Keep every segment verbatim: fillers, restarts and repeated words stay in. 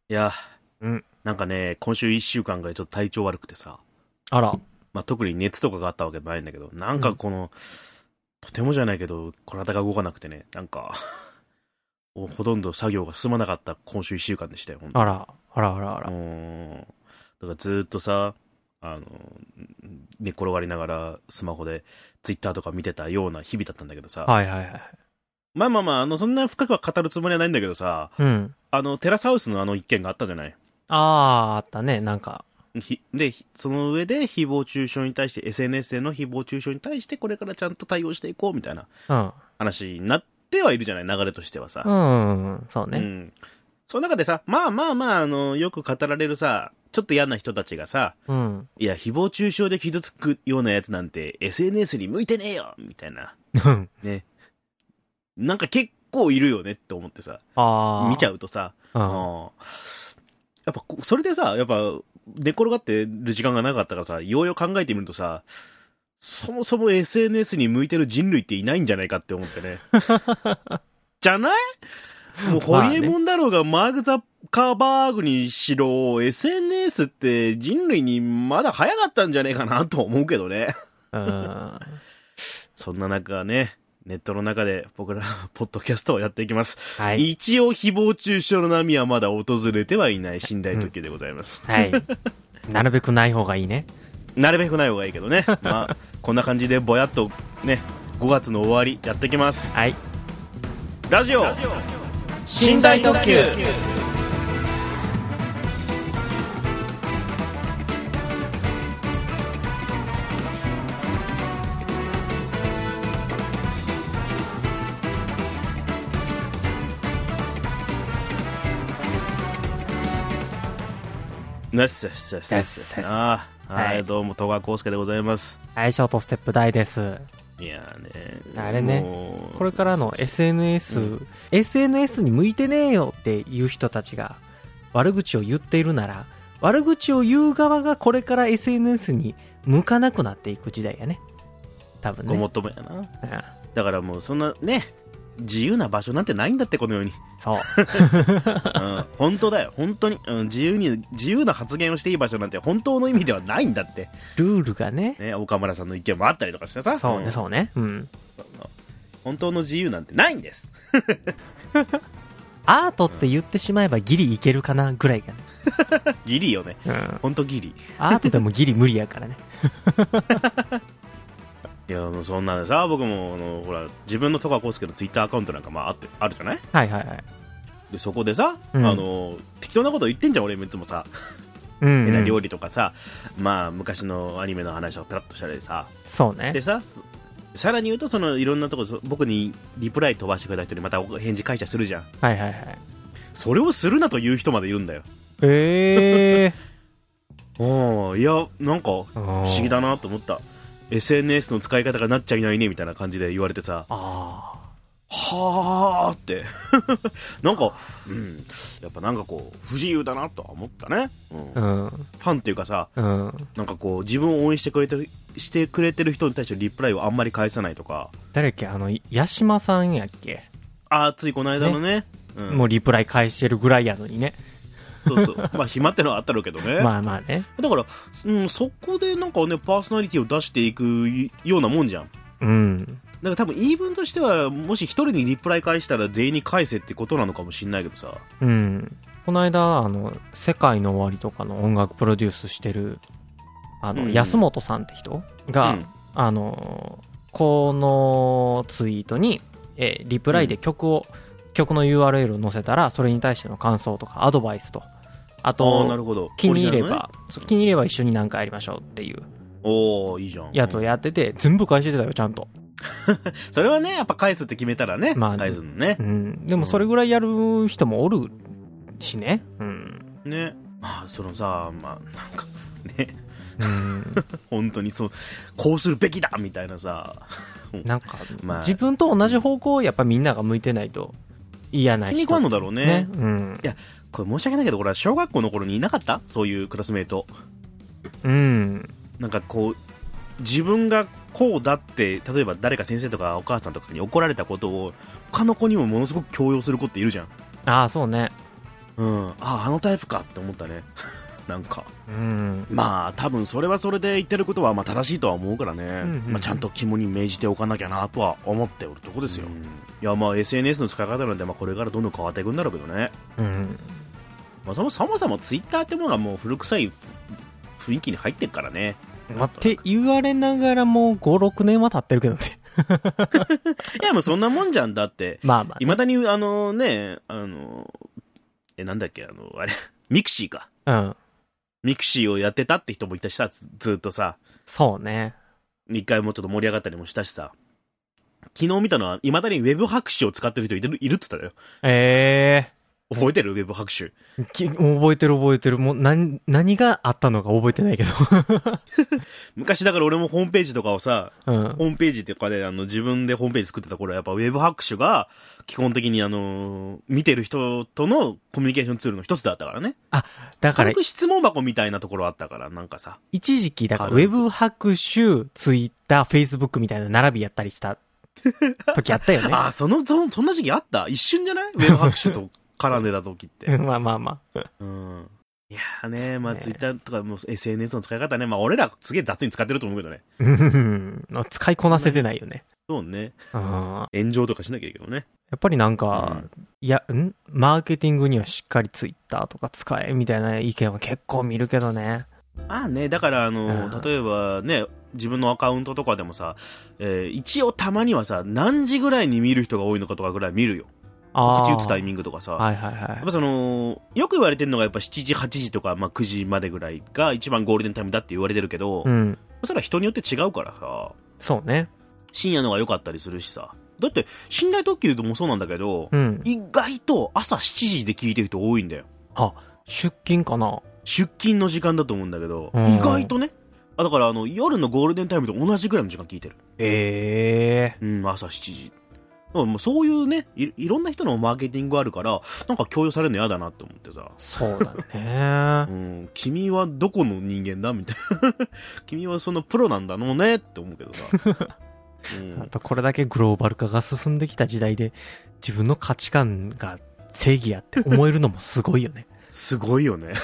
いや、 うん。 なんかね、今週いっしゅうかんぐらいちょっと体調悪くてさ、 あら。 まあ、特に熱とかがあったわけじゃないんだけど、なんかこの、とてもじゃないけど、体が動かなくてね、なんか、ほとんど作業が進まなかった今週いっしゅうかんでしたよ、ほんと。 あら。あらあらあら。 うーん。だからずーっとさ、あの、寝転がりながらスマホでツイッターとか見てたような日々だったんだけどさ、 はいはいはい。 まあまあまあ、あの、そんな深くは語るつもりはないんだけどさ、 うん。 あの、テラスハウスのあの一件があったじゃない。 あー、あったね。なんか。 ひで、ひその上で誹謗中傷に対して、エスエヌエス での誹謗中傷に対してこれからちゃんと対応していこうみたいなうん。 話になってはいるじゃない、流れとしてはさ。 うん。うんそうね。 うん。その中でさ、まあまあまあ、あの、よく語られるさ、ちょっと嫌な人たちがさ、 うん。 いや、誹謗中傷で傷つくようなやつなんて エスエヌエス に向いてねえよみたいな。 うんね。なんか結構いるよねって思ってさ、 あー。 見ちゃうとさ、 うん。 あやっぱ、それでさ、やっぱ、寝転がってる時間がなかったからさ、ようよう考えてみるとさ、そもそも エスエヌエス に向いてる人類っていないんじゃないかって思ってね。じゃないもう、ホリエモンだろうが、マーク・ザッカーバーグにしろ、エスエヌエス って人類にまだ早かったんじゃねえかなと思うけどね。 うん。 そんな中ね、ネットの中で僕ら、ポッドキャストをやっていきます。 はい。 一応、誹謗中傷の波はまだ訪れてはいない寝台時計でございます。 はい。なるべくない方がいいね。 なるべくない方がいいけどね。まあ、こんな感じでぼやっとね、ごがつの終わりやっていきます。 はい。 ラジオ寝台特急。 ナッセッセッセッセッああ、はい、どうも戸川浩介でございます。 はい、ショートステップ大です。 いやーね、 あれね、これからの エスエヌエス、うん、エスエヌエス に向いてねえよっていう人たちが悪口を言っているなら、悪口を言う側がこれから エスエヌエス に向かなくなっていく時代やね。多分ね。 ごもっともやな。 うん、 だからもうそんなね、自由な場所なんてないんだって、この世に。 そう。 うん、本当だよ、本当に、うん、自由に、自由な発言をしていい場所なんて本当の意味ではないんだって。 ルールがね。 ね、岡村さんの意見もあったりとかしてさ。 そうね、 うん、 そうね。うん。 本当の自由なんてないんです。 アートって言ってしまえばギリいけるかなぐらいがね。 ギリよね。 うん。 本当ギリ。 アートでもギリ無理やからね。 いや、もうそんなでさ、僕もあのほら自分の戸川浩介のツイッターアカウントなんかまああってあるじゃない。 はいはいはい。 でそこでさ、 うん、 あの適当なこと言ってんじゃん、俺もいつもさ。 うん、うん、 変な料理とかさ、まあ昔のアニメの話をペラッとしたりさ、 そうね。 してさ、さらに言うとそのいろんなところ僕にリプライ飛ばしてくれた人にまた返事返したするじゃん。 はいはいはい。 それをするなという人までいるんだよ。 へえー。おー、いやなんか不思議だなと思った。エスエヌエス の使い方がなっちゃいないねみたいな感じで言われてさ、 あはーってなんか、うん、やっぱなんかこう不自由だなとは思ったね、うん、うん、ファンっていうかさ、うん、なんかこう自分を応援してくれてるしてくれてる人に対してリプライをあんまり返さないとか。 誰っけ、あの八島さんやっけ。 あ、ついこの間の ね, ね、 うん、もうリプライ返してるぐらいやのにね。 そうそうまあ暇ってのはあったろうけどね。 まあまあね。 だから、うん、そこでなんかねパーソナリティを出していくようなもんじゃん。 うん。 だから多分言い分としてはもし一人にリプライ返したら全員に返せってことなのかもしれないけどさ。 うん。この間あの世界の終わりとかの音楽プロデュースしてるあの、うん、安本さんって人が、うん、あのこのツイートに、えリプライで曲を、うん、曲の ユーアールエル を載せたらそれに対しての感想とかアドバイスと、あとなるほど、 気に入れば、ね、気に入れば一緒に何かやりましょうっていうおーいいじゃんやつをやってて、全部返してたよちゃんと。 それはねやっぱ返すって決めたらね、まあ、返すのね、 うん、でもそれぐらいやる人もおるしね、うん、 ね、まあそのさ、まあなんかね、 うん、 本当にそうこうするべきだみたいなさなんか、まあ、自分と同じ方向をやっぱみんなが向いてないと嫌な人気に食わんのだろう ね, ね、うん、 いやこれ申し訳ないけど、これは小学校の頃にいなかった？そういうクラスメート。 うん。 なんかこう、自分がこうだって、例えば誰か先生とかお母さんとかに怒られたことを、他の子にもものすごく強要する子っているじゃん。 ああ、そうね。 うん、ああのタイプかって思ったねなんか、 うん、 まあ多分それはそれで言ってることはまあ正しいとは思うからね、うんうんうん、まあ、ちゃんと肝に銘じておかなきゃなとは思っておるとこですよ、うん、いやまあ エスエヌエス の使い方なんてまあこれからどんどん変わっていくんだろうけどね、うんまあ、そもそもそもツイッターってものがもう古臭い雰囲気に入ってるからね、 まあ、って言われながらもうごろくねんは経ってるけどねいやもうそんなもんじゃんだってまあまあ、ね、 未だにあのねあのえなんだっけあのあれミクシーか、 うんミクシーをやってたって人もいたしさ、ず, ずっとさ。 そうね。 一回もちょっと盛り上がったりもしたしさ。昨日見たのは、未だにウェブ拍手を使ってる人いる、いるって言ったよ。 ええー。 覚えてるウェブ拍手。 き覚えてる覚えてる。もう何、何があったのか覚えてないけど。 昔だから俺もホームページとかをさ、うん、ホームページとかであの自分でホームページ作ってた頃はやっぱウェブ拍手が基本的にあのー、見てる人とのコミュニケーションツールの一つだったからね。 あ、だから。 質問箱みたいなところあったから、なんかさ。 一時期だからウェブ拍手、ツイッター、フェイスブックみたいな並びやったりした時あったよね。 あ、その、その、そんな時期あった？一瞬じゃない？ウェブ拍手と。絡んでた時って。 まあまあまあ。 うん。いやーね、まあツイッターとかも エスエヌエス の使い方ね、まあ俺らすげえ雑に使ってると思うけどね。 使いこなせてないよね。 そうね。炎上とかしなきゃいけないけどね。 やっぱりなんか、うん、いや、んマーケティングにはしっかりツイッターとか使えみたいな意見は結構見るけどね。 ああね、だからあの、うん、例えばね、自分のアカウントとかでもさ、えー、一応たまにはさ、何時ぐらいに見る人が多いのかとかぐらい見るよ。告知打つタイミングとかさ、 はいはいはい、やっぱそのよく言われてるのがやっぱしちじはちじとか、まあ、くじまでぐらいが一番ゴールデンタイムだって言われてるけど、うん、それは人によって違うからさ、 そうね、 深夜のが良かったりするしさ、だって寝台特急でもそうなんだけど、うん、意外と朝しちじで聞いてる人多いんだよ。 あ、出勤かな、 出勤の時間だと思うんだけど、うん、意外とね、あ、だからあの夜のゴールデンタイムと同じぐらいの時間聞いてる。 ええー、うん、朝しちじ。そういうね い, いろんな人のマーケティングあるからなんか強要されるの嫌だなって思ってさ。 そうだね、 うん、君はどこの人間だみたいな君はそのプロなんだろうねって思うけどさ、 うん、あとこれだけグローバル化が進んできた時代で自分の価値観が正義やって思えるのもすごいよねすごいよね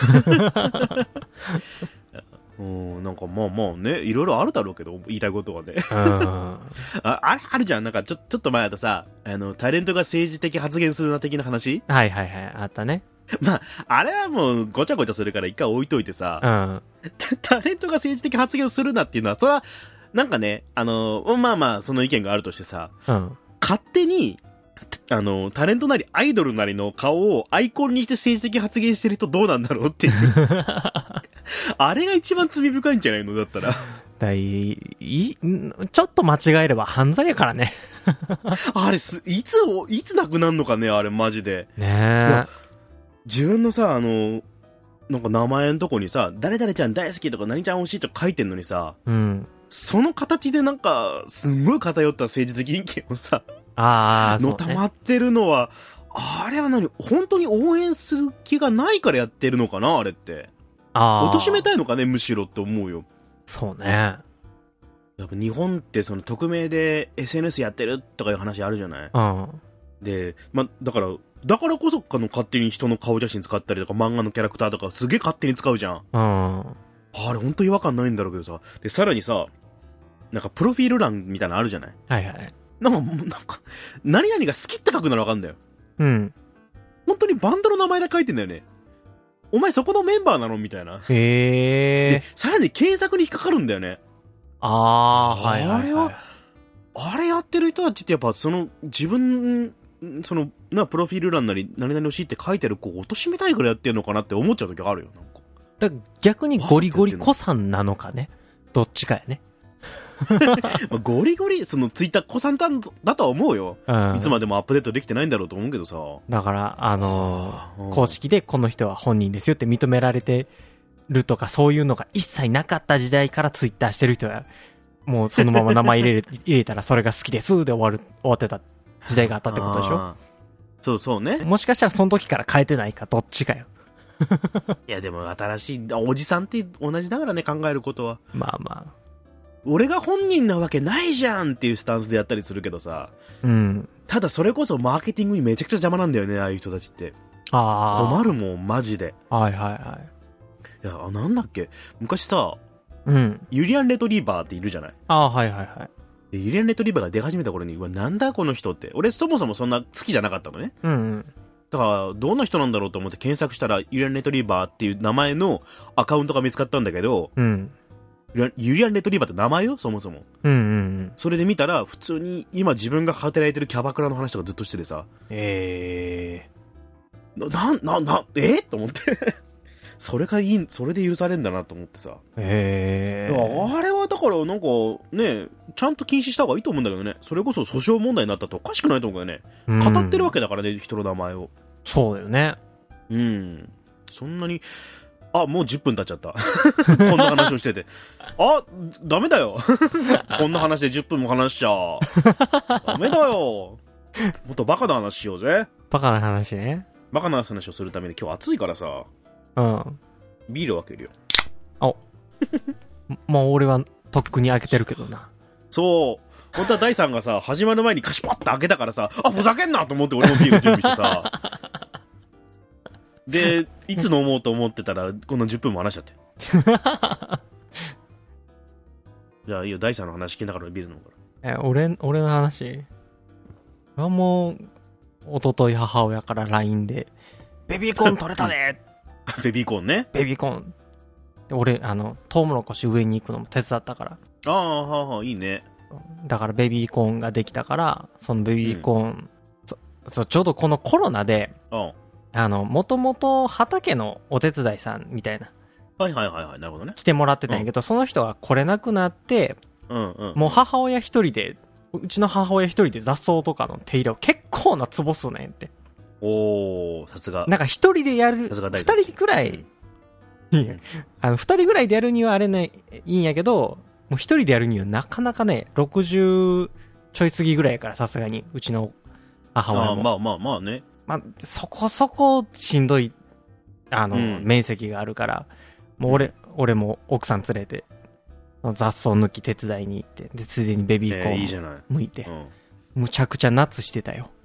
うん、なんかまあまあね、いろいろあるだろうけど、言いたいことはね。あ, あれあるじゃん、なんかちょちょっと前だとさ、あの、タレントが政治的発言するな的な話、 はいはいはい、あったね。 まあ、あれはもうごちゃごちゃするから一回置いといてさ、うん、タレントが政治的発言をするなっていうのは、それは、なんかね、あの、まあまあ、その意見があるとしてさ、うん、勝手に、あの、タレントなりアイドルなりの顔をアイコンにして政治的発言してる人どうなんだろうっていう。あれが一番罪深いんじゃないのだったら。 だい、い、ちょっと間違えれば犯罪やからね。 あれす、いつ、いつなくなるのかね、あれマジで。 ねえ。 自分のさ、あの、なんか名前のとこにさ、誰々ちゃん大好きとか何ちゃん欲しいとか書いてんのにさ、うん、その形でなんか、すんごい偏った政治的意見をさ、 ああ、 のたまってるのは、あれは何、本当に応援する気がないからやってるのかな、あれって。ああ。貶めたいのかね、むしろって思うよ。 そうね。 やっぱ日本ってその匿名で エスエヌエス やってるとかいう話あるじゃない。うん。で、ま、だから、だからこそかの勝手に人の顔写真使ったりとか漫画のキャラクターとかすげえ勝手に使うじゃん。うん。あれ本当違和感ないんだろうけどさ。で、さらにさ、なんかプロフィール欄みたいなのあるじゃない。 はいはい。 なんか、なんか、何々が好きって書くならわかんだよ。 うん。 本当にバンドの名前で書いてんだよね。お前そこのメンバーなのみたいな。 へー。 で、さらに検索に引っかかるんだよね。 あー、はいはいはい。 あれは、あれやってる人たちってやっぱその、自分、その、な、プロフィール欄なり、何々欲しいって書いてる子を貶めたいからやってるのかなって思っちゃう時あるよ、なんか。 だ逆にゴリゴリ子さんなのかね。どっちかやね。 まあゴリゴリそのツイッター子さんだとは思うよ、うん、いつまでもアップデートできてないんだろうと思うけどさ。 だからあのー、公式でこの人は本人ですよって認められてるとかそういうのが一切なかった時代からツイッターしてる人はもうそのまま名前入れる入れたらそれが好きですで終わる終わってた時代があったってことでしょ。 そうそうね。 もしかしたらその時から変えてないかどっちかよ。 いやでも新しいおじさんって同じだからね、考えることは。 まあまあ俺が本人なわけないじゃんっていうスタンスでやったりするけどさ、 うん、 ただそれこそマーケティングにめちゃくちゃ邪魔なんだよね、ああいう人たちって。 ああ。 困るもん、マジで。 はいはいはい。 いや、なんだっけ昔さ、 うん。 ユリアン・レトリーバーっているじゃない。 ああ、はいはいはい。 でユリアン・レトリーバーが出始めた頃に、うわ、なんだこの人って。俺そもそもそんな好きじゃなかったのね。 うんうん。 だから、どんな人なんだろうと思って検索したら、ユリアン・レトリーバーっていう名前のアカウントが見つかったんだけど、 うん。 ユリアン・レトリーバーって名前よ、そもそも。 うんうんうん。 それで見たら、普通に今自分が働いてるキャバクラの話とかずっとしててさ、 ええー、な、な、な、えー、と思って。それがいい、それで許されるんだなと思ってさ。 えー、あれはだからなんかね、ちゃんと禁止した方がいいと思うんだけどね。それこそ訴訟問題になったっておかしくないと思うけどね。 うん、 語ってるわけだからね、人の名前を。 そうだよね。 うん。そんなに、あ、もうじゅっぷん経っちゃった。こんな話をしてて。あ、ダメだよ。こんな話でじゅっぷんも話しちゃ。ダメだよ。もっとバカな話しようぜ。 バカな話ね。 バカな話をするために今日暑いからさ。 うん。 ビールを開けるよ。 お。もう俺はとっくに開けてるけどな。 そう。本当は第三がさ、始まる前にカシパッと開けたからさ、あ、ふざけんなと思って俺もビール準備してさ。で、いつ飲もうと思ってたら、このじゅっぷんも話しちゃって。じゃあいいよ、第三の話聞きながらビール飲むから。え、俺、俺の話はもう、おととい母親から ライン で、ベビーコーン取れたねベビーコーンね。 ベビーコーン。で俺、あの、トウモロコシ上に行くのも手伝ったから。 ああ、はあはあ、いいね。 だからベビーコーンができたから、そのベビーコーン、うん、そ、そ、ちょうどこのコロナで、 うん。 あの、もともと畑のお手伝いさんみたいな。 はいはいはいはい、なるほどね。 来てもらってたんやけど、うん、その人が来れなくなって、 うんうん。 もう母親一人で、うちの母親一人で雑草とかの手入れを結構なツボすねんって。 おー、さすが。 なんか一人でやる、二人くらい、うん、あの、二人ぐらいでやるにはあれね、いいんやけど、もう一人でやるにはなかなかね、ろくじゅうちょい過ぎぐらいやからさすがに、うちの母親も。 あまあまあまあね。 まあ、そこそこしんどい、あの、うん、面積があるから、もう俺、うん、俺も奥さん連れて、雑草抜き手伝いに行って、で、ついでにベビーコーン剥いて、えーいいじゃない、うん、むちゃくちゃ夏してたよ。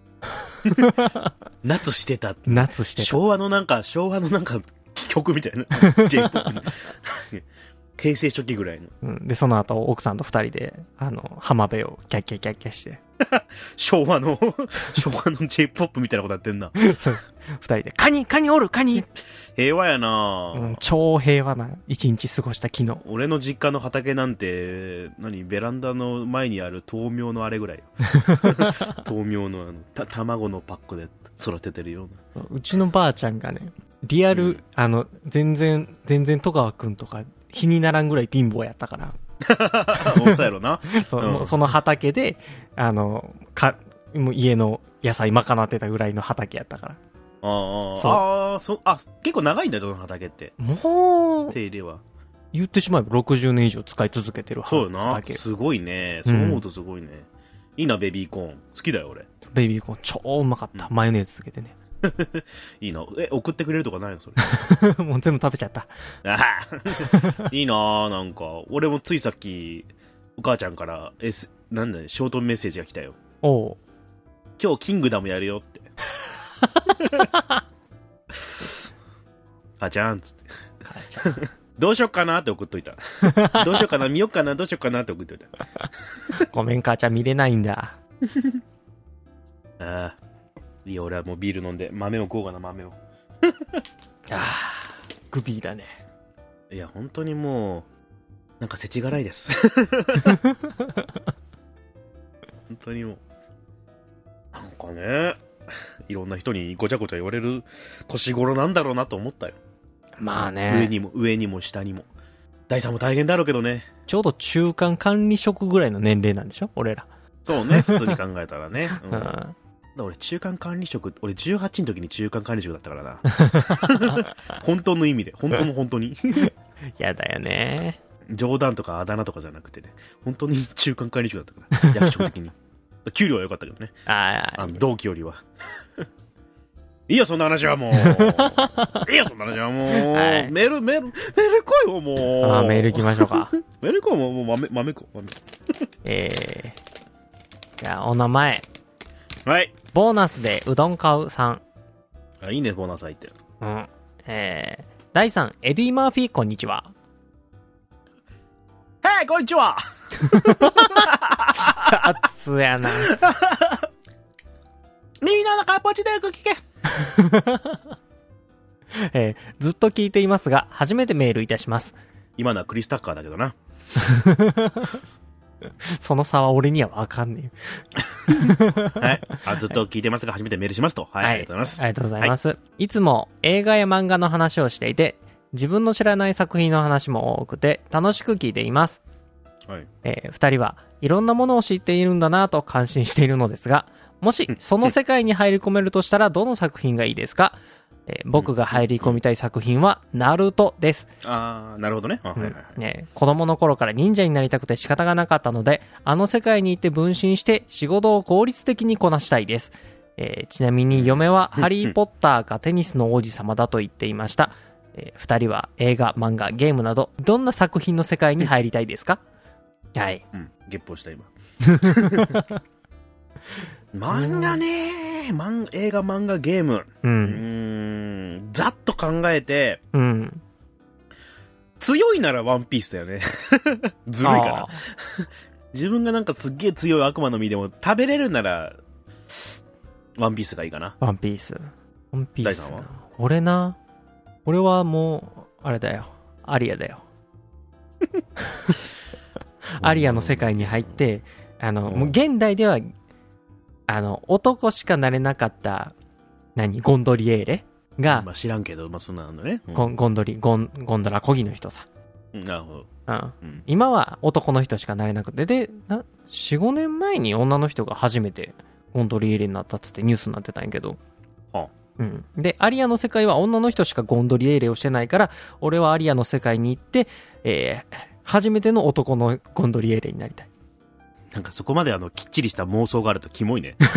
夏してた。 夏してた。 昭和のなんか、昭和のなんか、曲みたいな。J-ポップ の。平成初期ぐらいの。 うん。で、その後、奥さんと二人で、あの、浜辺をキャッキャキャッキャして。 昭和の、昭和の J-ポップ みたいなことやってんな。 そう。二人で、カニカニおるカニ平和やな、 うん、超平和な一日過ごした昨日。 俺の実家の畑なんて、何、ベランダの前にある豆苗のあれぐらいよ。豆苗のあの、た、卵のパックで育ててるような。 うちのばあちゃんがね、リアル、うん、あの、全然、全然戸川くんとか、日にならんぐらい貧乏やったから。 そうやろな。 そ, うん、その畑で、あの、か、もう家の野菜賄ってたぐらいの畑やったから。 ああ、そうあそあ、結構長いんだよ、その畑って。 もう、 手入れは。 言ってしまえばろくじゅうねん以上使い続けてる畑。 そうよな。すごいね。そう思うとすごいね。うん、いいな、ベビーコーン。好きだよ、俺。 ベビーコーン超うまかった。うん、マヨネーズつけてね。 いいな。え、送ってくれるとかないのそれ。もう全部食べちゃった。 いいななんか。俺もついさっき、お母ちゃんから、え、なんだね、ショートメッセージが来たよ。 おう。 今日キングダムやるよって。母ちゃんつって。 母ちゃん。 どうしよっかなって送っといた。どうしよっかな、見よっかな、どうしよっかなって送っといた。 ごめん、母ちゃん見れないんだ。 ああ。いや、俺はもうビール飲んで、豆を食おうかな、豆を。 ああ、グビーだね。 いや、本当にもう、なんか世知辛いです。本当にもう、なんかね、いろんな人にごちゃごちゃ言われる年頃なんだろうなと思ったよ。 まあね。 上にも、上にも下にも。第三も大変だろうけどね。 ちょうど中間管理職ぐらいの年齢なんでしょ俺ら。 そうね、普通に考えたらね。うんうん俺中間管理職、俺じゅうはちの時に中間管理職だったからな。本当の意味で、本当の本当に。 やだよね。 冗談とかあだ名とかじゃなくてね、本当に中間管理職だったから、役職的に。給料は良かったけどね。 ああ、 同期よりは。いいよ、そんな話はもう。いいよ、そんな話はもう。はい、メール、メール、メール来いよ、もう。 ああ、メール行きましょうか。 メール来いよ、もう、もう豆、豆子、豆子。 えー。じゃあ、お名前。 はい。 ボーナスでうどん買うさん。 あ、いいね、ボーナス入ってる。 うん。えー、だいさん、エディ・マーフィー、こんにちは。 へい、こんにちは雑やな。 耳の中ポチでよく聞けえー、ずっと聞いていますが、初めてメールいたします。 今のはクリス・タッカーだけどな。 その差は俺には分かんねえ。はい。あ、ずっと聞いてますが、初めてメールしますと。はい。はい、ありがとうございます。 ありがとうございます、はい。いつも映画や漫画の話をしていて、自分の知らない作品の話も多くて、楽しく聞いています。はい。えー、二人はいろんなものを知っているんだなと感心しているのですが、もしその世界に入り込めるとしたらどの作品がいいですか？えー、僕が入り込みたい作品はナルトです。 ああ、なるほどね。あ、はいはいはい。 ね、子供の頃から忍者になりたくて仕方がなかったので、あの世界に行って分身して仕事を効率的にこなしたいです。えー、ちなみに嫁はハリーポッターかテニスの王子様だと言っていました。えー、二人は映画、漫画、ゲームなどどんな作品の世界に入りたいですか？はい。 うん、ゲップをした今。漫画ねー、漫映画、漫画、ゲーム。うん。うーん、ざっと考えて、うん。強いならワンピースだよね。ずるいかな。自分がなんかすっげえ強い悪魔の実でも食べれるなら、ワンピースがいいかな。 ワンピース。ワンピース。 大さんは？ 俺な。俺はもう、あれだよ。アリアだよ。アリアの世界に入って、あの、もう現代では、あの、男しかなれなかった、何、ゴンドリエーレが、まあ知らんけど、まあそんなのね。 うん、ゴン、ゴンドリ、ゴン、ゴンドラ、コギの人さ。 なるほど。 うん。うん、今は男の人しかなれなくて、で、な、よん、ごねんまえに女の人が初めてゴンドリエーレになったっつってニュースになってたんやけど。はあ、うん。で、アリアの世界は女の人しかゴンドリエーレをしてないから、俺はアリアの世界に行って、えー、初めての男のゴンドリエーレになりたい。 なんかそこまであの、きっちりした妄想があるとキモいね。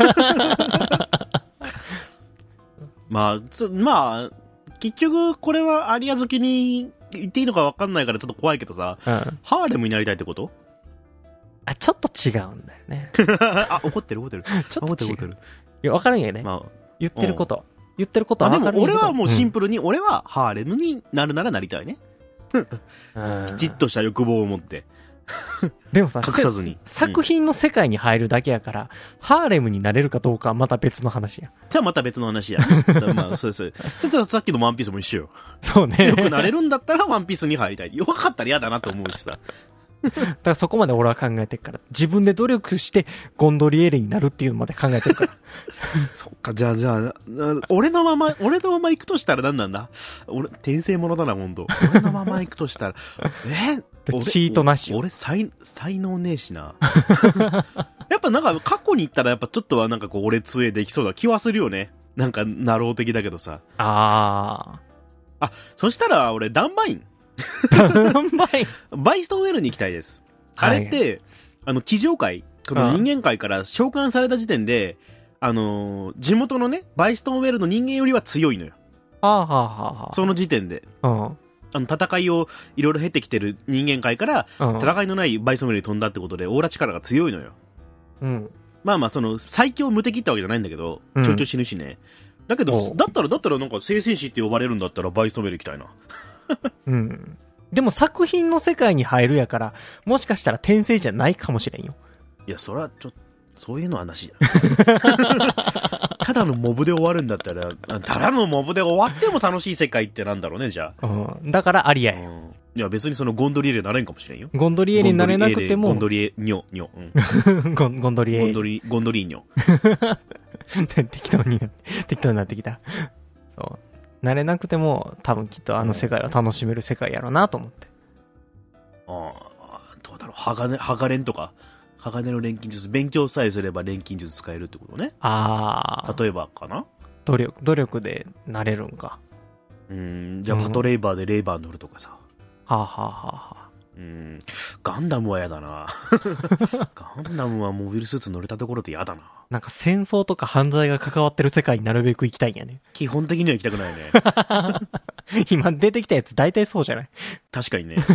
まあ、つ、まあ、結局これはアリア好きに言っていいのか分かんないからちょっと怖いけどさ、うん、ハーレムになりたいってこと？ あ、ちょっと違うんだよね。 あ、怒ってる怒ってる。 ちょっと違う。 怒ってる。 いや、分かるんやね。まあ、言ってること。うん、言ってることは分かるんやけど。 でも俺はもうシンプルに、うん、俺はハーレムになるならなりたいね。きちっとした欲望を持って。 でもさ、 隠さずに。 作品の世界に入るだけやから、うん、ハーレムになれるかどうかはまた別の話や。 じゃあまた別の話や。まあ、そうです。そしたらさっきのワンピースも一緒よ。 そうね。 強くなれるんだったらワンピースに入りたい。弱かったら嫌だなと思うしさ。 だからそこまで俺は考えてるから。自分で努力してゴンドリエーレになるっていうのまで考えてるから。 そっか、じゃあじゃあ、俺のまま、俺のまま行くとしたら何なんだ？俺、転生者だな、ほんと。俺のまま行くとしたら、えチートなし。 俺、才、才能ねえしな。やっぱなんか過去に行ったらやっぱちょっとはなんかこう俺杖できそうな気はするよね。なんか、ナロー的だけどさ。 ああ。あ、そしたら俺、ダンバイン。バイストンウェルに行きたいです。あれって、はい、あの、地上界、この人間界から召喚された時点で、あのー、地元のね、バイストンウェルの人間よりは強いのよ。 はあはあはあ、 その時点で。 うん、あの、戦いをいろいろ経てきてる人間界から、うん、戦いのないバイストンウェルに飛んだってことで、オーラ力が強いのよ。 うん。 まあまあ、その、最強無敵ってわけじゃないんだけど、うん、ちょいちょい死ぬしね。だけど、だったら、だったらなんか、聖戦士って呼ばれるんだったら、バイストンウェル行きたいな。 うん。でも作品の世界に入るやから、もしかしたら転生じゃないかもしれんよ。 いや、それはちょっと、そういうのはなしや。ただのモブで終わるんだったら、ただのモブで終わっても楽しい世界ってなんだろうね、じゃあ。 うん。だからアリアや、うん。 いや、別にそのゴンドリエーレになれんかもしれんよ。 ゴンドリエーレになれなくても。 ゴンドリエーレ、ニョ、ニョ。うん、 ゴン、ゴンドリエーレ。 ゴンドリ、ゴンドリーニョ。 適当になって、適当になってきた。そう。慣れなくても多分きっとあの世界は楽しめる世界やろうなと思って。 ああ、どうだろう。鋼、鋼錬とか。鋼の錬金術。勉強さえすれば錬金術使えるってことね。 ああ。 例えばかな？ 努力、努力でなれるんか。 うーん、じゃあパトレイバーでレイバー乗るとかさ。 はあ、はあはあはあ、 うーん、ガンダムは嫌だな。ガンダムはモビルスーツ乗れたところで嫌だな。 なんか戦争とか犯罪が関わってる世界になるべく行きたいんやね。 基本的には行きたくないね。 今出てきたやつ大体そうじゃない？ 確かにね。う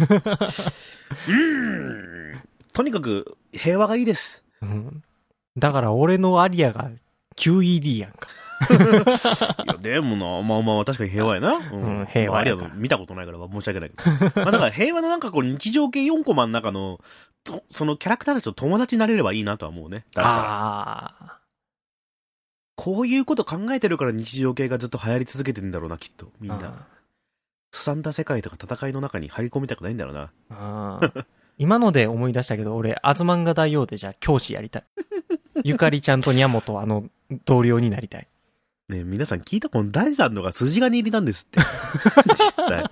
ーん。とにかく平和がいいです。 うん。だから俺のアリアが キューイーディー やんか。 いや、でもな、まあまあ確かに平和やな。うん、 うん、平和やから。 まあ、あれは見たことないから申し訳ないけど。まあだから平和のなんかこう日常系よんコマの中の、とそのキャラクターたちと友達になれればいいなとは思うね。だったら。 ああ。 こういうこと考えてるから日常系がずっと流行り続けてるんだろうな、きっと。みんな。すさんだ世界とか戦いの中に入り込みたくないんだろうな。 あ今ので思い出したけど、俺、アズマンガ大王でじゃあ教師やりたい。ゆかりちゃんとニャモとあの、同僚になりたい。 ねえ、皆さん聞いたこの第三のが筋金入りなんですって。実際。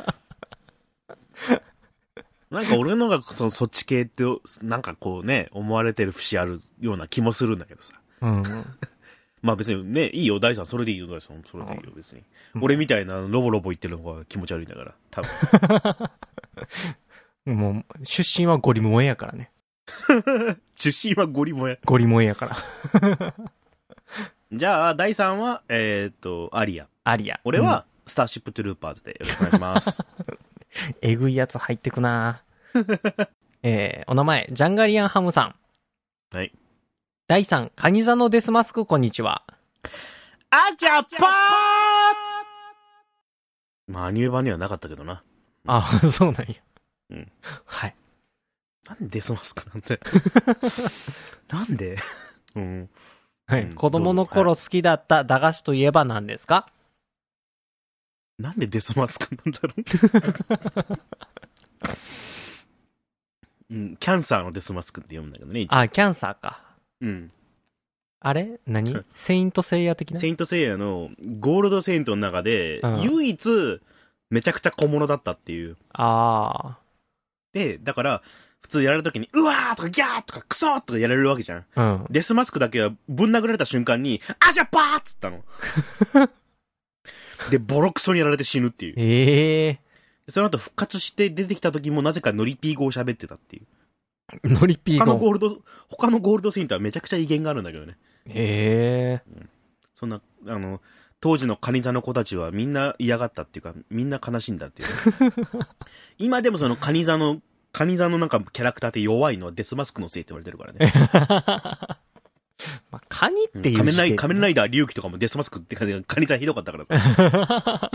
なんか俺のがそのそっち系って、なんかこうね、思われてる節あるような気もするんだけどさ。 うん。まあ別にね、いいよ、第三、それでいいよ、第三、それでいいよ、別に。うん、俺みたいなロボロボ言ってる方が気持ち悪いんだから、多分。もう、出身はゴリ萌えやからね。 出身はゴリ萌え。 ゴリ萌えやから。 じゃあ、だいさんは、えー、っと、アリア。 アリア。 俺は、うん、スターシップトゥルーパーズでよろしくお願いします。 えぐいやつ入ってくなえー、お名前、ジャンガリアンハムさん。 はい。 だいさん、カニ座のデスマスク、こんにちは。 あちゃっぱーまあ、アニメ版にはなかったけどな。 ああ、そうなんや。 うん。 はい。 なんでデスマスクなんて。なんでうん。 はい、うん。子供の頃好きだった駄菓子といえば何ですか？ なんでデスマスクなんだろううん、キャンサーのデスマスクって読むんだけどね。 あ、キャンサーか。 うん。 あれ何セイントセイヤ的な？ セイントセイヤのゴールドセイントの中で、うん、唯一めちゃくちゃ小物だったっていう。 ああ。 で、だから、普通やられるときに、うわーとかギャーとかクソーとかやられるわけじゃん。 うん。 デスマスクだけはぶん殴られた瞬間に、あじゃパーっつったの。で、ボロクソにやられて死ぬっていう。 ええー。その後復活して出てきた時もなぜかノリピー語を喋ってたっていう。 ノリピー語。 他のゴールド、他のゴールドセイントはめちゃくちゃ威厳があるんだけどね。 へえ、 うん。そんな、あの、当時のカニ座の子たちはみんな嫌がったっていうか、みんな悲しんだっていう。今でもそのカニ座の、カニ座のなんかキャラクターって弱いのはデスマスクのせいって言われてるからね。 まあ、カニっていう、 うん、仮面ライダー、仮面ライダー龍騎とかもデスマスクって感じがカニ座ひどかったからさ。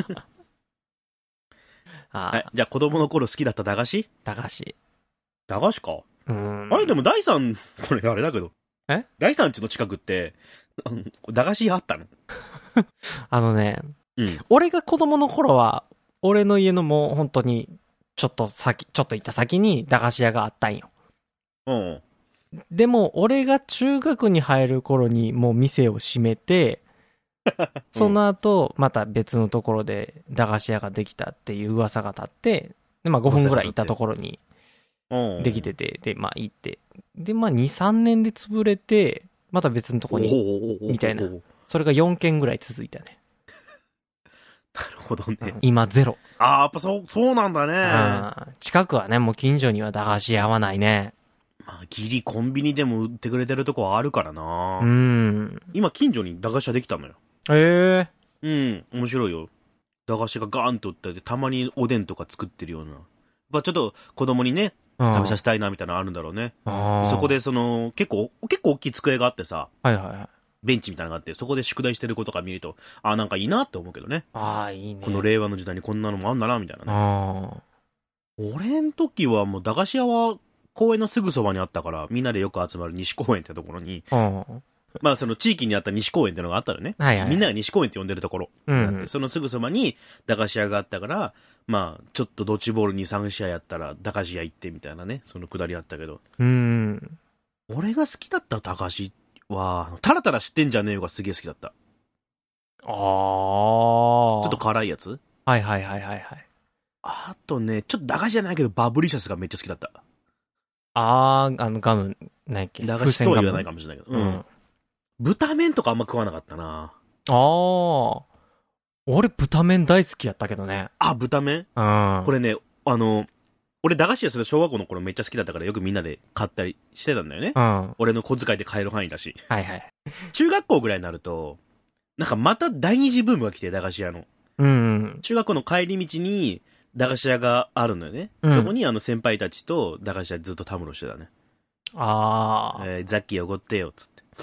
あはい、じゃあ子供の頃好きだった駄菓子？ 駄菓子。 駄菓子か。 うん。 あれでも第三、これあれだけど。 え？ 第三地の近くって、駄菓子屋あったの？ あのね、 うん。 俺が子供の頃は、俺の家のもう本当に、ちょっと先、ちょっと行った先に駄菓子屋があったんよ。 うん。 でも、俺が中学に入る頃にもう店を閉めて、その後、また別のところで駄菓子屋ができたっていう噂が立って、で、まあごふんぐらい行ったところにできてて、で、まあ行って、で、まあに、さんねんで潰れて、また別のとこに、みたいな。それがよんけんぐらい続いたね。 なるほどね。 今ゼロ。 ああ、やっぱそう、そうなんだね。 あ近くはね、もう近所には駄菓子屋はないね。 まあ、ギリコンビニでも売ってくれてるとこはあるからな。 うん。 今近所に駄菓子屋できたのよ。 へえ。 うん、面白いよ。駄菓子がガーンと売ったり、たまにおでんとか作ってるような。まあちょっと子供にね、食べさせたいなみたいなのあるんだろうね。そこでその、結構、結構大きい机があってさ。 はいはいはい。 ベンチみたいなのがあって、そこで宿題してる子とか見ると、ああ、なんかいいなって思うけどね。 ああ、いいね。 この令和の時代にこんなのもあんだな、みたいなね。 ああ。 俺ん時はもう駄菓子屋は公園のすぐそばにあったから、みんなでよく集まる西公園ってところに、まあその地域にあった西公園ってのがあったらね、 はいはい、 みんなが西公園って呼んでるところってなって、うんうん、そのすぐそばに駄菓子屋があったから、まあちょっとドッジボールに、さん試合やったら駄菓子屋行ってみたいなね、そのくだりあったけど。 うん。 俺が好きだった駄菓子は、タラタラ知ってんじゃねえよがすげえ好きだった。 ああ。ちょっと辛いやつ？ はいはいはいはいはい。 あとね、ちょっと駄菓子じゃないけどバブリシャスがめっちゃ好きだった。 あー、あのガム、何やっけ？ 駄菓子とは言わないかもしれないけど。うん。豚麺とかあんま食わなかったな。 あー。俺豚麺大好きやったけどね。 あ、豚麺？ うん。 これね、あの、俺駄菓子屋する小学校の頃めっちゃ好きだったからよくみんなで買ったりしてたんだよね。 うん。 俺の小遣いで買える範囲だし。 はいはい。 中学校ぐらいになると、なんかまた第二次ブームが来て、駄菓子屋の。 うん、うん。 中学校の帰り道に駄菓子屋があるのよね。うん、そこにあの先輩たちと駄菓子屋ずっとたむろしてたね。 ああ。 えー、ザッキーおごってよ、つって。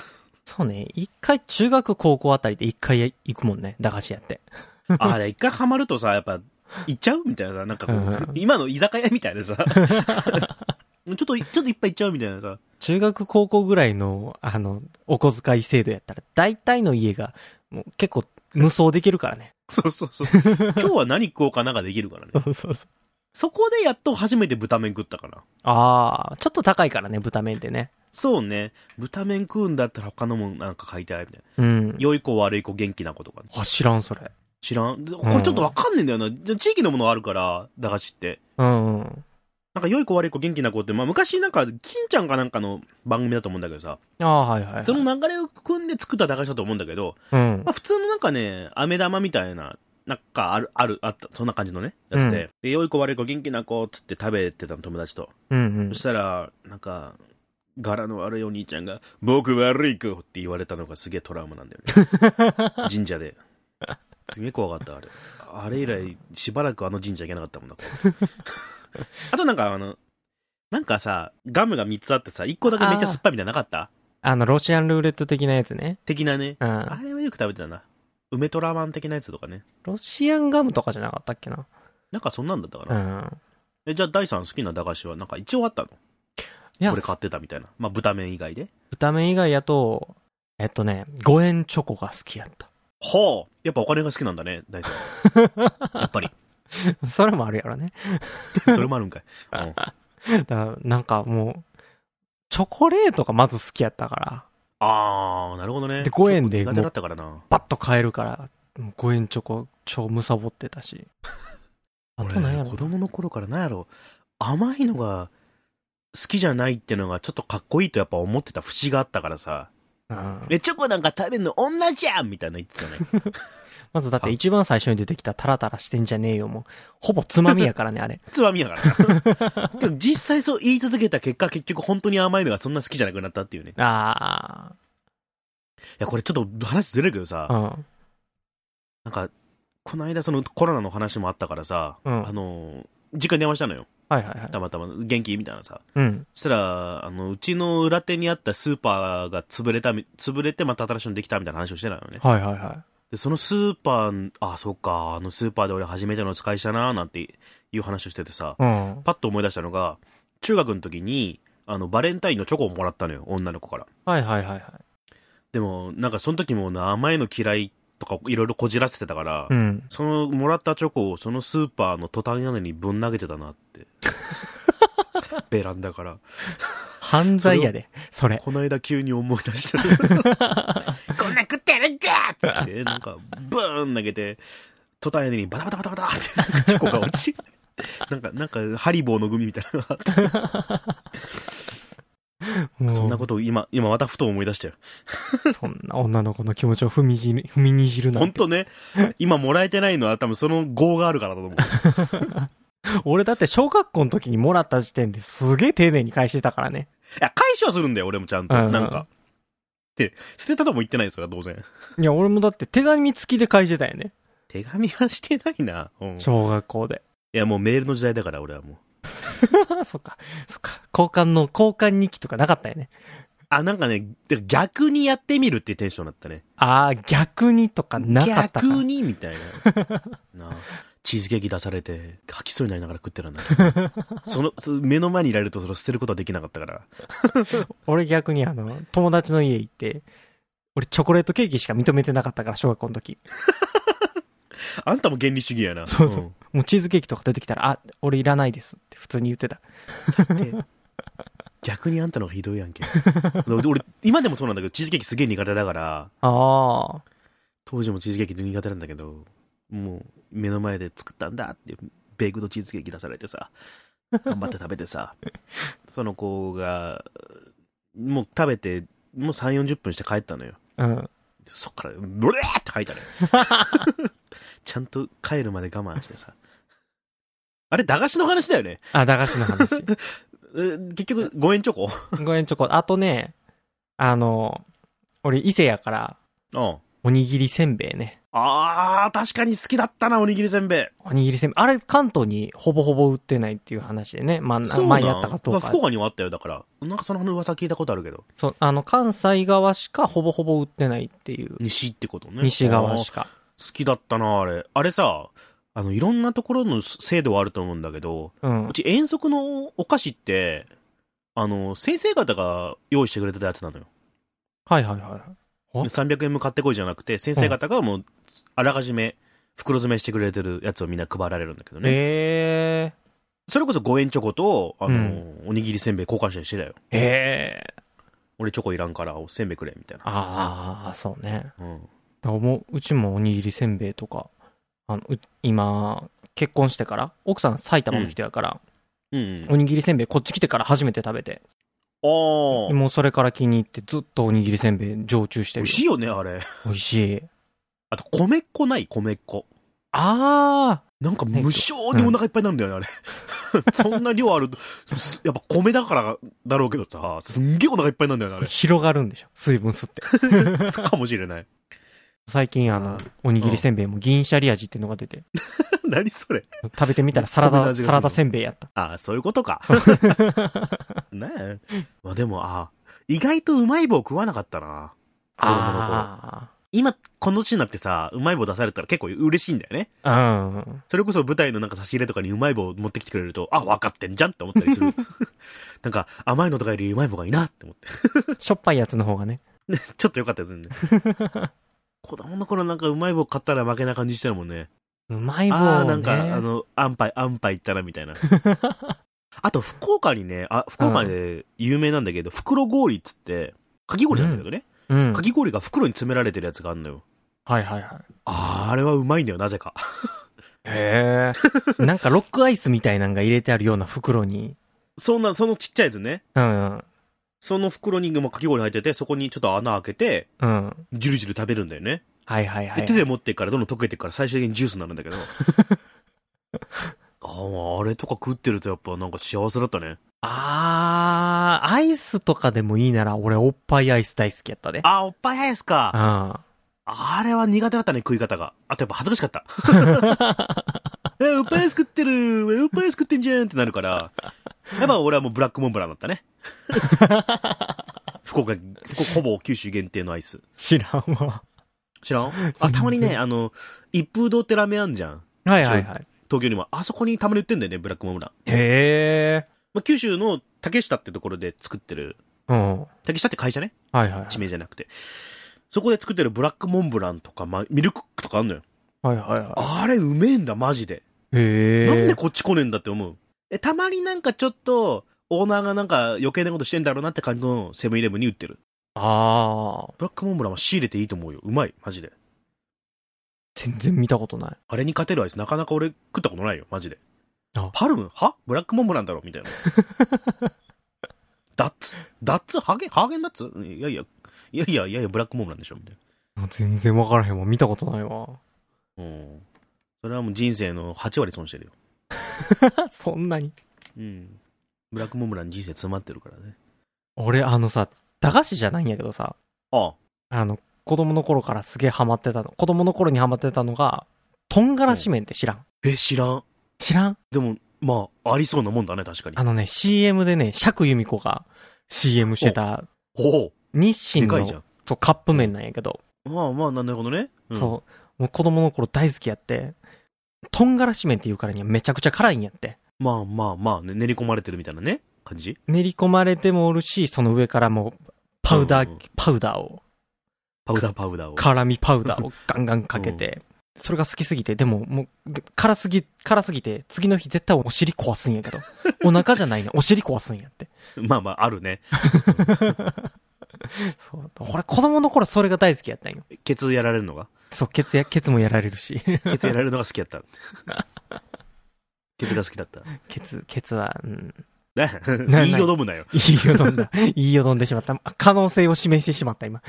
そうね。一回中学高校あたりで一回行くもんね。駄菓子屋って。 あれ、一回ハマるとさ、やっぱ、行っちゃうみたいなさ、なんかこう、うん、今の居酒屋みたいなさ、ちょっと、ちょっといっぱい行っちゃうみたいなさ。 中学高校ぐらいの、あの、お小遣い制度やったら、大体の家が、もう結構、無双できるからね。 そうそうそう。今日は何食おうかなができるからね。 そうそうそう。 そこでやっと初めて豚麺食ったかな。 ああ、ちょっと高いからね、豚麺ってね。 そうね。豚麺食うんだったら他のもんなんか買いたいみたいな。 うん。 良い子悪い子元気な子とか、ね。 あ、知らんそれ。 知らんこれちょっとわかんねえんだよな。うん、地域のものあるから、駄菓子って。 うんうん。 なんか良い子悪い子元気な子って、まあ昔なんか、金ちゃんかなんかの番組だと思うんだけどさ。 ああ、はいはい、はい。 その流れを組んで作った駄菓子だと思うんだけど、 うん。 まあ普通のなんかね、飴玉みたいな、なんかある、ある、あった、そんな感じのね、やつで。うん、で、良い子悪い子元気な子つって食べてたの、友達と。 うんうん。 そしたら、なんか、柄の悪いお兄ちゃんが、僕悪い子って言われたのがすげえトラウマなんだよね。神社で。すげえ怖かった、あれ。あれ以来、しばらくあの神社行けなかったもんだ。あとなんか、あの、なんかさ、ガムがみっつあってさ、いっこだけめっちゃ酸っぱいみたいななかった？ あの、ロシアンルーレット的なやつね。 的なね。 うん。 あれはよく食べてたな。梅トラマン的なやつとかね。 ロシアンガムとかじゃなかったっけな。 なんかそんなんだったかうな。 ん。 え、じゃあ、大さん好きな駄菓子は、なんか一応あったの？いや、これ買ってたみたいな。まあ、豚麺以外で。 豚麺以外やと、えっとね、ごえんチョコが好きやった。 はあ、やっぱお金が好きなんだね、大さん。やっぱり。 それもあるやろね。 それもあるんかい。うん。 だからなんかもう、チョコレートがまず好きやったから。 あー、なるほどね。 で、ごえんで、 苦手だったからな。 パッと買えるから、ごえんチョコ超むさぼってたし。 あと何やろ。子供の頃から何やろ。甘いのが好きじゃないってのがちょっとかっこいいとやっぱ思ってた節があったからさ。 うん、 え、チョコなんか食べるの女じゃんみたいな言ってたね。 まずだって一番最初に出てきたタラタラしてんじゃねえよもう、ほぼつまみやからね、あれ。 つまみやからな。実際そう言い続けた結果、結局本当に甘いのがそんな好きじゃなくなったっていうね。 ああ。 いや、これちょっと話ずれるけどさ、 うん、 なんか、この間そのコロナの話もあったからさ、うん、あの、実家に電話したのよ。 はいはいはい。 たまたま、元気みたいなさ。 うん。 そしたら、あの、うちの裏手にあったスーパーが潰れた、潰れてまた新しいのできたみたいな話をしてたのね。 はいはいはい。 で、そのスーパー、あ、そっか、あのスーパーで俺初めての使いしたな、なんていう話をしててさ、 うん、 パッと思い出したのが、中学の時に、あの、バレンタインのチョコをもらったのよ、女の子から。 はいはいはいはい。 でも、なんかその時も甘いの嫌いとかいろいろこじらせてたから、 うん、 そのもらったチョコをそのスーパーのトタン屋根にぶん投げてたなって。ベランダから。 犯罪やで、それ。 この間急に思い出した。こんな食ってやるんかって、なんか、ブーン投げて、トタン屋根にバタバタバタバタって、チョコが落ち。なんか、なんか、ハリボーのグミみたいなのがあって。そんなことを今、今またふと思い出したよ。 そんな女の子の気持ちを踏みじる、踏みにじるなんて。 ほんとね、今もらえてないのは多分その業があるからだと思う。 俺だって小学校の時にもらった時点ですげえ丁寧に返してたからね。 いや、返しはするんだよ、俺もちゃんと。 うんうん、 なんか。で、捨てたとも言ってないですから、当然。 いや、俺もだって手紙付きで返してたよね。 手紙はしてないな。 うん、小学校で。 いや、もうメールの時代だから、俺はもう。そっか、そっか。交換の、交換日記とかなかったよね。 あ、なんかね、逆にやってみるっていうテンションだったね。 ああ、逆にとかなかったか。 逆にみたいな。なあ、チーズケーキ出されて、吐きそうになりながら食ってるんだその、目の前にいられるとそれ捨てることはできなかったから。 俺逆にあの、友達の家行って、俺チョコレートケーキしか認めてなかったから、小学校の時。 あんたも原理主義やな。 そうそう。うん、もうチーズケーキとか出てきたら、あ、俺いらないですって普通に言ってた。 逆にあんたの方がひどいやんけ。俺、今でもそうなんだけど、チーズケーキすげえ苦手だから。 ああ。 当時もチーズケーキ苦手なんだけど、もう目の前で作ったんだって、ベイクドチーズケーキ出されてさ、頑張って食べてさ、その子が、もう食べて、もうさん、よんじゅっぷんして帰ったのよ。 うん。 そっから、ブレーって吐いたね。ちゃんと帰るまで我慢してさ。あれ、駄菓子の話だよね。 あ、駄菓子の話。 結局、ごえんチョコ ? ご 円チョコ。あとね、あの、俺、伊勢やから、 うん。 おにぎりせんべいね。 あー、確かに好きだったな、おにぎりせんべい。 おにぎりせんべい。あれ、関東にほぼほぼ売ってないっていう話でね。まあ、前やったかどうか。 福岡にはあったよ、だから。なんかその噂聞いたことあるけど。 そう、あの、関西側しかほぼほぼ売ってないっていう。 西ってことね。 西側しか。 好きだったな、あれ。あれさ、あの、いろんなところの制度はあると思うんだけど、うん、うち遠足のお菓子って、あの、先生方が用意してくれてたやつなのよ。 はいはいはい。 さんびゃくえんも買ってこいじゃなくて、先生方がもう、あらかじめ袋詰めしてくれてるやつをみんな配られるんだけどね。 へー。 それこそごえんチョコと、あの、うん、おにぎりせんべい交換したりしてたよ。 へー。 俺チョコいらんからおせんべいくれ、みたいな。 ああ、そうね。 うん。 だからもう、うちもおにぎりせんべいとか、あの、今、結婚してから、奥さん埼玉の人やから、うん、うんうん、おにぎりせんべいこっち来てから初めて食べて。 ああ。 もうそれから気に入ってずっとおにぎりせんべい常駐してる。 美味しいよね、あれ。 美味しい。 あと、米っこない米っこ。 ああ。 なんか無性にお腹いっぱいになるんだよね、うん、あれ。そんな量あると、やっぱ米だからだろうけどさ、すんげえお腹いっぱいになるんだよね、あれ。 広がるんでしょ、水分吸って。 かもしれない。 最近あの、おにぎりせんべいも銀シャリ味っていうのが出て。 何それ？ 食べてみたらサラダ、サラダせんべいやった。 ああ、そういうことか。ねえ。まあでも、ああ、意外とうまい棒食わなかったな。子供の頃。今、この年になってさ、うまい棒出されたら結構嬉しいんだよね。 うん。 それこそ舞台のなんか差し入れとかにうまい棒持ってきてくれると、あ、分かってんじゃんって思ったりする。なんか、甘いのとかよりうまい棒がいいなって思って。 しょっぱいやつの方がね。 ね、ちょっと良かったですね。子供の頃なんかうまい棒買ったら負けな感じしてるもんね。 うまい棒ね。 ああ、なんか、あの、アンパイ、アンパイ行ったらみたいな。あと、福岡にね、あ、福岡で有名なんだけど、うん、袋氷っつって、かき氷なんだけどね。うん。かき氷が袋に詰められてるやつがあるのよ。 はいはいはい。 あー、あれはうまいんだよ、なぜか。 へえ。なんかロックアイスみたいなのが入れてあるような袋に。 そんな、そのちっちゃいやつね。 うん、うん。 その袋にもかき氷入ってて、そこにちょっと穴開けて、 うん。 ジュルジュル食べるんだよね。 はいはいはい。 手で持ってからどんどん溶けてから最終的にジュースになるんだけど。ああ、あれとか食ってるとやっぱなんか幸せだったね。 あー、アイスとかでもいいなら俺おっぱいアイス大好きやったで。 あー、おっぱいアイスか。 ああれは苦手だったね、食い方が。あとやっぱ恥ずかしかった。え、おっぱいアイス食ってる、おっぱいアイス食ってんじゃんってなるから、やっぱ俺はもうブラックモンブランだったね。福岡、福岡ほぼ九州限定のアイス。 知らんわ。 知らん？あ、たまにね、あの、一風堂ってラーメンあんじゃん。 はいはいはい。 東京にも。あそこにたまに売ってんだよね、ブラックモンブラン。 へー。 まあ、九州の竹下ってところで作ってる。 うん。 竹下って会社ね。 はいはい、はい。 地名じゃなくて。そこで作ってるブラックモンブランとか、ま、ミルクとかあんのよ。 はいはいはい。 あれうめえんだ、マジで。 へー。 なんでこっち来ねえんだって思う。え、たまになんかちょっと、オーナーがなんか余計なことしてんだろうなって感じのセブンイレブンに売ってる。 あー。 ブラックモンブランは仕入れていいと思うよ。うまい、マジで。 全然見たことない。 あれに勝てるアイスなかなか俺食ったことないよ、マジで。 あ、 パルムはブラックモンブランだろみたいな。ダッツダッツハーゲンハーゲンダッツいやいや、いやいやいやいや、ブラックモンブランでしょみたいな。全然わからへんわ。見たことないわ。 うん。それはもう人生のはち割損してるよ。 そんなに？ うん。ブラックモンブラン人生詰まってるからね。 俺、あのさ、駄菓子じゃないんやけどさ。 ああ。 あの、子供の頃からすげえハマってたの。子供の頃にハマってたのが、とんがらし麺って知らん？ え、知らん。 知らん？ でも、まあ、ありそうなもんだね、確かに。 あのね、シーエム でね、釈由美子が シーエム してた、 ほう。 日清のそうカップ麺なんやけど。 まあまあ、なるほどね。 うん、そう。もう子供の頃大好きやって、とんがらし麺っていうからにはめちゃくちゃ辛いんやって。 まあまあまあ、ね、練り込まれてるみたいなね、感じ？ 練り込まれてもおるし、その上からもう、パウダー、うんうん、パウダーを。 パウダーパウダーを。 辛味パウダーをガンガンかけて。うんそれが好きすぎて、でも、もう、辛すぎ、辛すぎて、次の日絶対お尻壊すんやけど。お腹じゃないね、お尻壊すんやって。 まあまあ、あるね。 そう。俺、子供の頃それが大好きやったんよ。 ケツやられるのがそう、ケツや、ケツもやられるし。 ケツやられるのが好きやった。ケツが好きだった。 ケツ、ケツは、うん。 ね、言いよどむなよ。 言いよどんだ。言いよどんでしまった。可能性を示してしまった、今。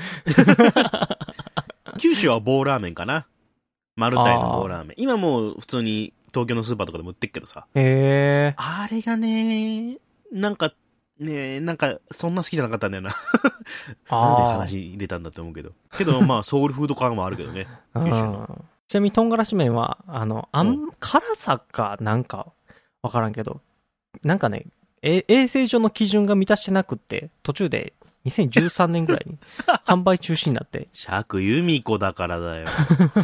九州は棒ラーメンかな。マルタイの棒ラーメン。今もう普通に東京のスーパーとかでも売ってっけどさ。 へー。 あれがね、なんか、 ねえ、なんか、そんな好きじゃなかったんだよな。 あなんであ。 話入れたんだって思うけど。けど、まあ、ソウルフード感もあるけどね。九州の。 うんちなみに、とんがらし麺は、あの、あん、 うん辛さか、なんか、わからんけど、なんかね、え衛生上の基準が満たしてなくって、途中でにせんじゅうさんねんぐらいに販売中止になって、 釈由美子だからだよ。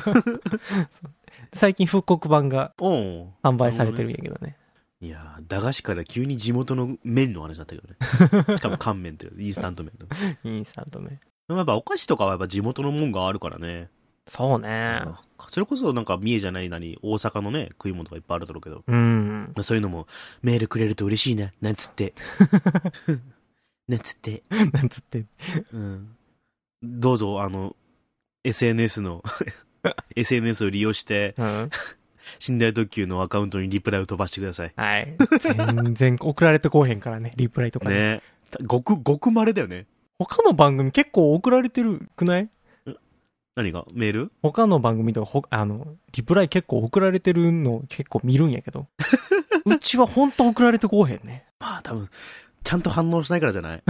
最近復刻版がおう販売されてるんやけどね。 いやー、駄菓子から急に地元の麺の話だったけどね。しかも乾麺っていう、インスタント麺の。でインスタント麺。 もやっぱお菓子とかはやっぱ地元のもんがあるからね。 そうね。 それこそなんか三重じゃないなに大阪のね、食い物とかいっぱいあるだろうけど。 うん。 そういうのもメールくれると嬉しいな、なんつって。なんつって。 なんつって。 うん。どうぞ、あの、エスエヌエス の、エスエヌエス を利用して、 うん。 寝台特急のアカウントにリプライを飛ばしてください。 はい。全然送られてこうへんからね、リプライとかね。 ね。ごく、ごく稀だよね。 他の番組結構送られてるくない？ 何がメール他の番組とかほ、あの、リプライ結構送られてるの結構見るんやけど。うちはほんと送られてこうへんね。 まあ多分、ちゃんと反応しないからじゃない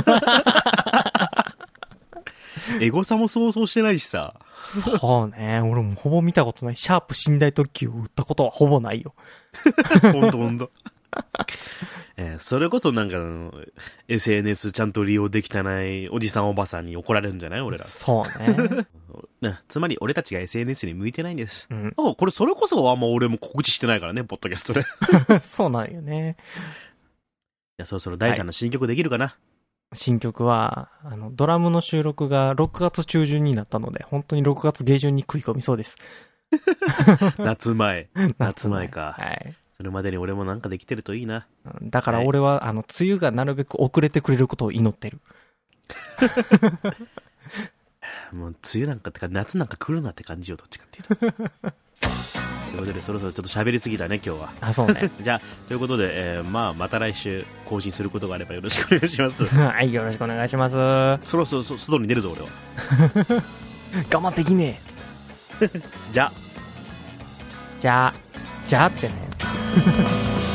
エゴサも想像してないしさ。 そうね。俺もほぼ見たことない。シャープ寝台特急を売ったことはほぼないよ。 ほんとほんと。えーそれこそなんかあの、エスエヌエス ちゃんと利用できてないおじさんおばさんに怒られるんじゃない俺ら。 そうね。 ねつまり俺たちが エスエヌエス に向いてないんです。 うん。 あ、これそれこそあんま俺も告知してないからね、ポッドキャストで。じそうなんよね。 ゃあそろそろ第三の新曲できるかな、 新曲は、あの、ドラムの収録がろくがつ中旬になったので、本当にろくがつ下旬に食い込みそうです。 夏前。夏前か。 はい。 それまでに俺もなんかできてるといいな。 だから俺は、あの、梅雨がなるべく遅れてくれることを祈ってる。 もう梅雨なんかってか夏なんか来るなって感じよ、どっちかっていうと。ということでそろそろちょっと喋りすぎたね今日は。 あ、そうね。 じゃあということで、えー、まあまた来週更新することがあればよろしくお願いしますはい、よろしくお願いします。 そろそろ外に出るぞ俺は。 我慢できねえ。 じゃあじゃあ、じゃあってね。